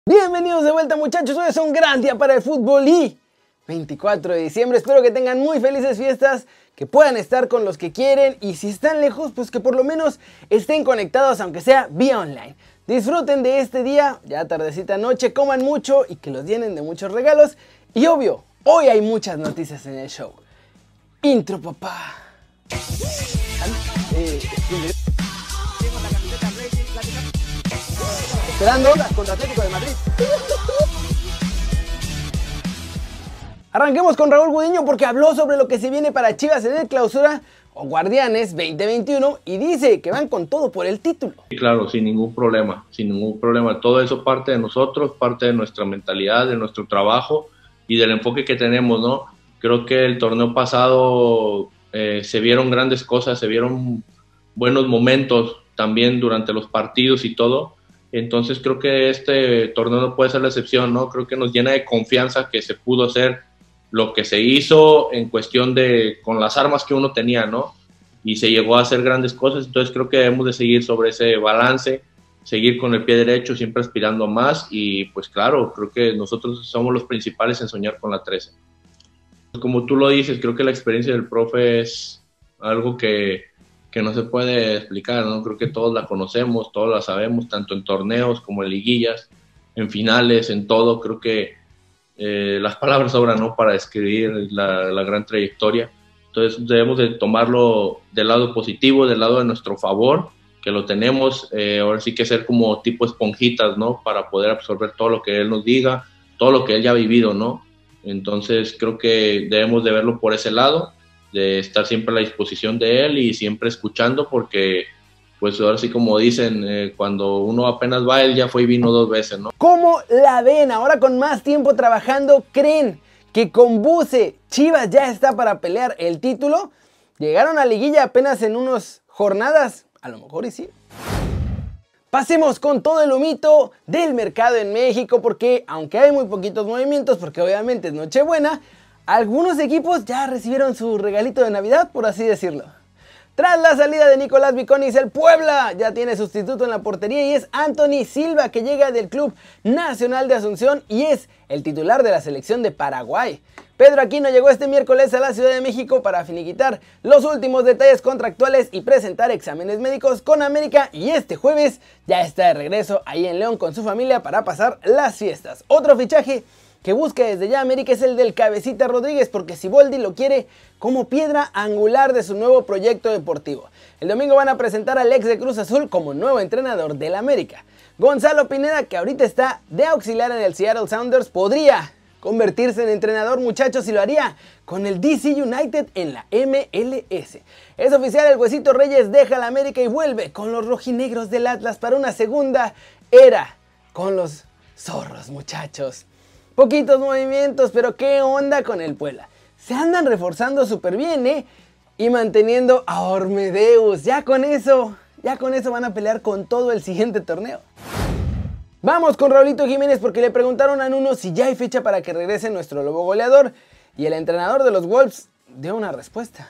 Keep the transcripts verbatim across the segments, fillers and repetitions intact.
Bienvenidos de vuelta, muchachos. Hoy es un gran día para el fútbol y veinticuatro de diciembre. Espero que tengan muy felices fiestas, que puedan estar con los que quieren y si están lejos, pues que por lo menos estén conectados, aunque sea vía online. Disfruten de este día, ya tardecita noche, coman mucho y que los llenen de muchos regalos. Y obvio, hoy hay muchas noticias en el show. Intro, papá. Eh, Esperando las contra Atlético de Madrid. Arranquemos con Raúl Gudiño porque habló sobre lo que se viene para Chivas en el Clausura o Guardianes veinte veintiuno y dice que van con todo por el título. Claro, sin ningún problema, sin ningún problema. Todo eso parte de nosotros, parte de nuestra mentalidad, de nuestro trabajo y del enfoque que tenemos, ¿no? Creo que el torneo pasado eh, se vieron grandes cosas, se vieron buenos momentos también durante los partidos y todo. Entonces creo que este torneo no puede ser la excepción, ¿no? Creo que nos llena de confianza que se pudo hacer lo que se hizo en cuestión de con las armas que uno tenía, ¿no? Y se llegó a hacer grandes cosas, entonces creo que debemos de seguir sobre ese balance, seguir con el pie derecho, siempre aspirando a más y pues claro, creo que nosotros somos los principales en soñar con la trece. Como tú lo dices, creo que la experiencia del profe es algo que que no se puede explicar, ¿no? Creo que todos la conocemos, todos la sabemos, tanto en torneos como en liguillas, en finales, en todo. Creo que eh, las palabras sobran, ¿no? Para describir la, la gran trayectoria. Entonces debemos de tomarlo del lado positivo, del lado de nuestro favor, que lo tenemos. Eh, ahora sí que ser como tipo esponjitas, ¿no? Para poder absorber todo lo que él nos diga, todo lo que él ya ha vivido, ¿no? Entonces creo que debemos de verlo por ese lado, de estar siempre a la disposición de él y siempre escuchando porque, pues ahora sí como dicen, eh, cuando uno apenas va, él ya fue y vino dos veces, ¿no? ¿Cómo la ven? Ahora con más tiempo trabajando, ¿creen que con Buse Chivas ya está para pelear el título? ¿Llegaron a liguilla apenas en unas jornadas? A lo mejor y sí. Pasemos con todo el humito del mercado en México porque aunque hay muy poquitos movimientos, porque obviamente es Nochebuena, algunos equipos ya recibieron su regalito de Navidad, por así decirlo. Tras la salida de Nicolás Viconis, el Puebla ya tiene sustituto en la portería y es Anthony Silva, que llega del Club Nacional de Asunción y es el titular de la selección de Paraguay. Pedro Aquino llegó este miércoles a la Ciudad de México para finiquitar los últimos detalles contractuales y presentar exámenes médicos con América y este jueves ya está de regreso ahí en León con su familia para pasar las fiestas. Otro fichaje que busca desde ya América es el del Cabecita Rodríguez porque Siboldi lo quiere como piedra angular de su nuevo proyecto deportivo. El domingo van a presentar al ex de Cruz Azul como nuevo entrenador del América. Gonzalo Pineda, que ahorita está de auxiliar en el Seattle Sounders, podría convertirse en entrenador, muchachos, y lo haría con el D C United en la M L S. Es oficial, el Huesito Reyes deja la América y vuelve con los rojinegros del Atlas para una segunda era con los zorros, muchachos. Poquitos movimientos, pero ¿qué onda con el Puebla? Se andan reforzando súper bien, ¿eh? Y manteniendo a Ormedeus. Ya con eso, ya con eso van a pelear con todo el siguiente torneo. Vamos con Raulito Jiménez porque le preguntaron a Nuno si ya hay fecha para que regrese nuestro lobo goleador. Y el entrenador de los Wolves dio una respuesta.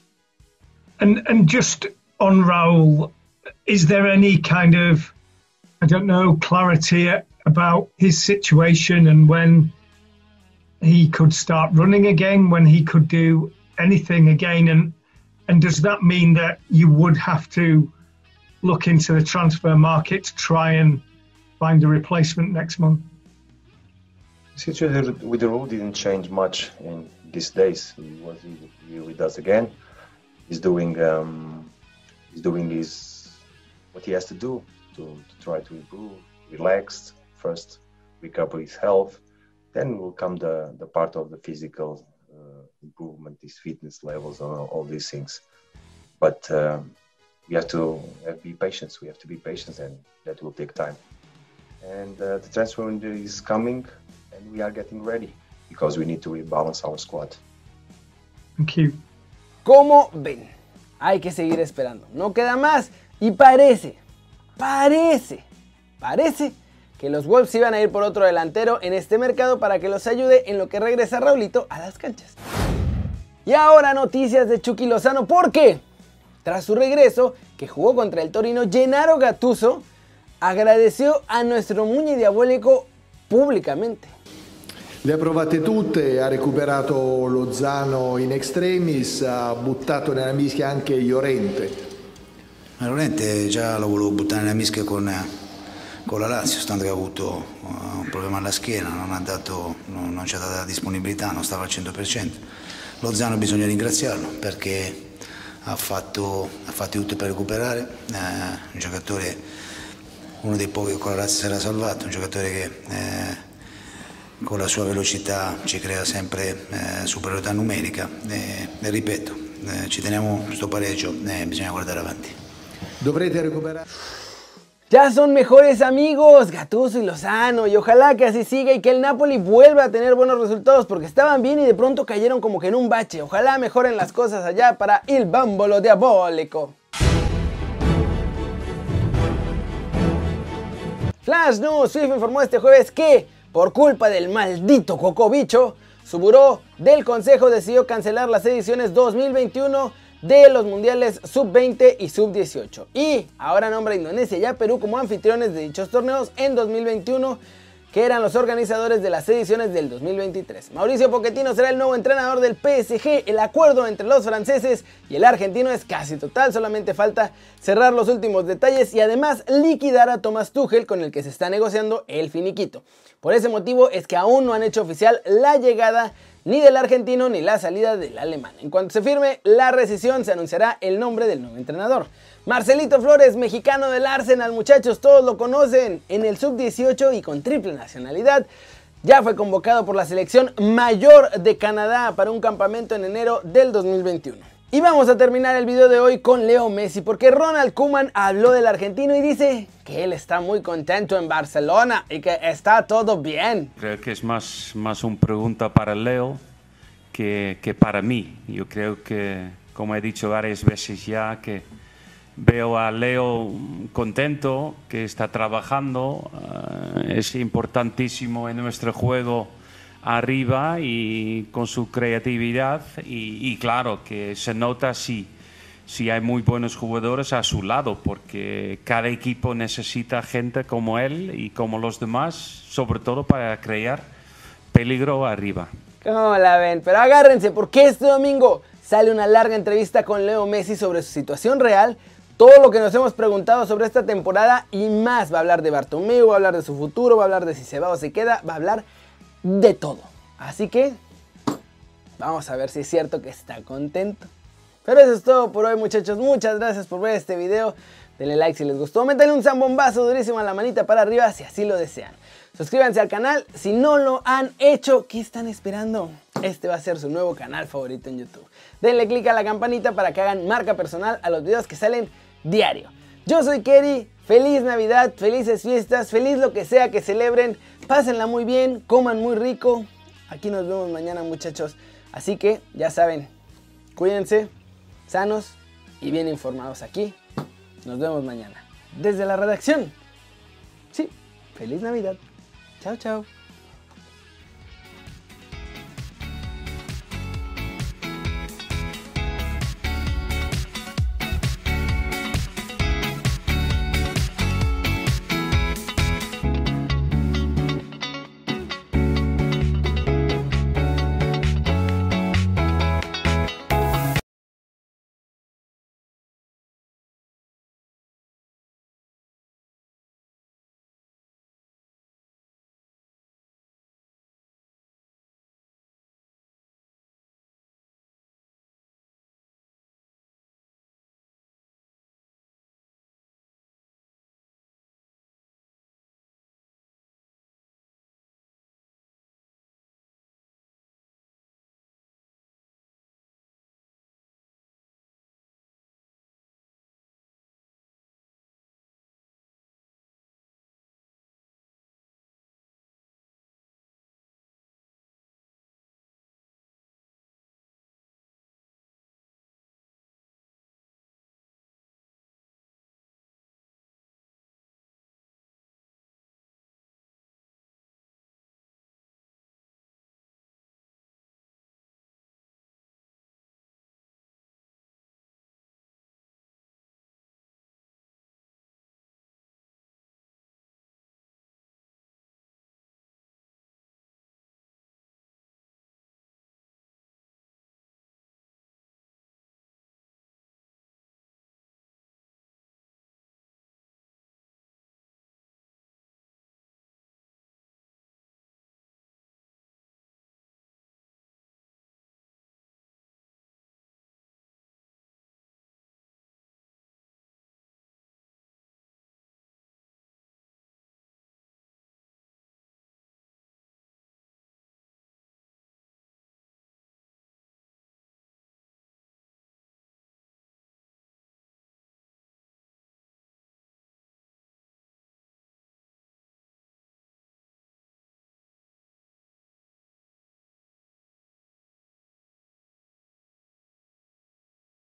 And, and just on Raul, is there any kind of, I don't know, clarity about his situation and when he could start running again, when he could do anything again, and and does that mean that you would have to look into the transfer market to try and find a replacement next month? The situation with the rule didn't change much in these days. He was here with us again. He's doing um, he's doing his what he has to do to, to try to improve, relaxed. First, recover his health, then will come the, the part of the physical uh, improvement, his fitness levels, and all, all these things. But um, we have to uh, be patient. We have to be patient, and that will take time. And uh, the transfer window is coming, and we are getting ready because we need to rebalance our squad. Thank you. ¿Cómo ven? Hay que seguir esperando. No queda más. Y parece, parece, parece que los Wolves iban a ir por otro delantero en este mercado para que los ayude en lo que regresa Raulito a las canchas. Y ahora noticias de Chucky Lozano porque tras su regreso, que jugó contra el Torino, Gennaro Gattuso agradeció a nuestro Muñe Diabólico públicamente. Le ha provate tutte, ha recuperato Lozano in extremis, ha buttato nella mischia anche Llorente. Llorente già lo volevo buttare nella mischia con, con la Lazio, stando che ha avuto un problema alla schiena, non, ha dato, non, non ci ha dato la disponibilità, non stava al cento per cento. Lozano bisogna ringraziarlo perché ha fatto, ha fatto tutto per recuperare, eh, un giocatore, uno dei pochi che con la Lazio si era salvato, un giocatore che eh, con la sua velocità ci crea sempre eh, superiorità numerica e, e ripeto, eh, ci teniamo questo pareggio e eh, bisogna guardare avanti. Dovrete recuperare. Ya son mejores amigos Gattuso y Lozano, y ojalá que así siga y que el Napoli vuelva a tener buenos resultados, porque estaban bien y de pronto cayeron como que en un bache. Ojalá mejoren las cosas allá para il bambolo diabólico. Flash News, FIFA informó este jueves que, por culpa del maldito cocobicho, su buró del consejo decidió cancelar las ediciones dos mil veintiuno de los mundiales sub veinte y sub dieciocho. Y ahora nombra a Indonesia y a Perú como anfitriones de dichos torneos en dos mil veintiuno, que eran los organizadores de las ediciones del dos mil veintitrés. Mauricio Pochettino será el nuevo entrenador del P S G. El acuerdo entre los franceses y el argentino es casi total, solamente falta cerrar los últimos detalles y además liquidar a Thomas Tuchel, con el que se está negociando el finiquito. Por ese motivo es que aún no han hecho oficial la llegada ni del argentino ni la salida del alemán. En cuanto se firme la rescisión, se anunciará el nombre del nuevo entrenador. Marcelito Flores, mexicano del Arsenal, muchachos, todos lo conocen, en el sub dieciocho y con triple nacionalidad. Ya fue convocado por la selección mayor de Canadá para un campamento en enero del dos mil veintiuno. Y vamos a terminar el video de hoy con Leo Messi, porque Ronald Koeman habló del argentino y dice que él está muy contento en Barcelona y que está todo bien. Creo que es más, más una pregunta para Leo que, que para mí. Yo creo que, como he dicho varias veces ya, que veo a Leo contento, que está trabajando, uh, es importantísimo en nuestro juego arriba y con su creatividad y, y claro que se nota si, si hay muy buenos jugadores a su lado, porque cada equipo necesita gente como él y como los demás, sobre todo para crear peligro arriba. ¿Cómo la ven? Pero agárrense, porque este domingo sale una larga entrevista con Leo Messi sobre su situación real, todo lo que nos hemos preguntado sobre esta temporada y más. Va a hablar de Bartomeu, va a hablar de su futuro, va a hablar de si se va o se queda, va a hablar de todo. Así que vamos a ver si es cierto que está contento. Pero eso es todo por hoy, muchachos. Muchas gracias por ver este video. Denle like si les gustó. Métanle un zambombazo durísimo a la manita para arriba si así lo desean. Suscríbanse al canal si no lo han hecho. ¿Qué están esperando? Este va a ser su nuevo canal favorito en YouTube. Denle click a la campanita para que hagan marca personal a los videos que salen diario. Yo soy Kerry. Feliz Navidad, felices fiestas, feliz lo que sea que celebren. Pásenla muy bien, coman muy rico. Aquí nos vemos mañana, muchachos. Así que ya saben, cuídense, sanos y bien informados aquí. Nos vemos mañana desde la redacción. Sí, feliz Navidad. Chao, chao.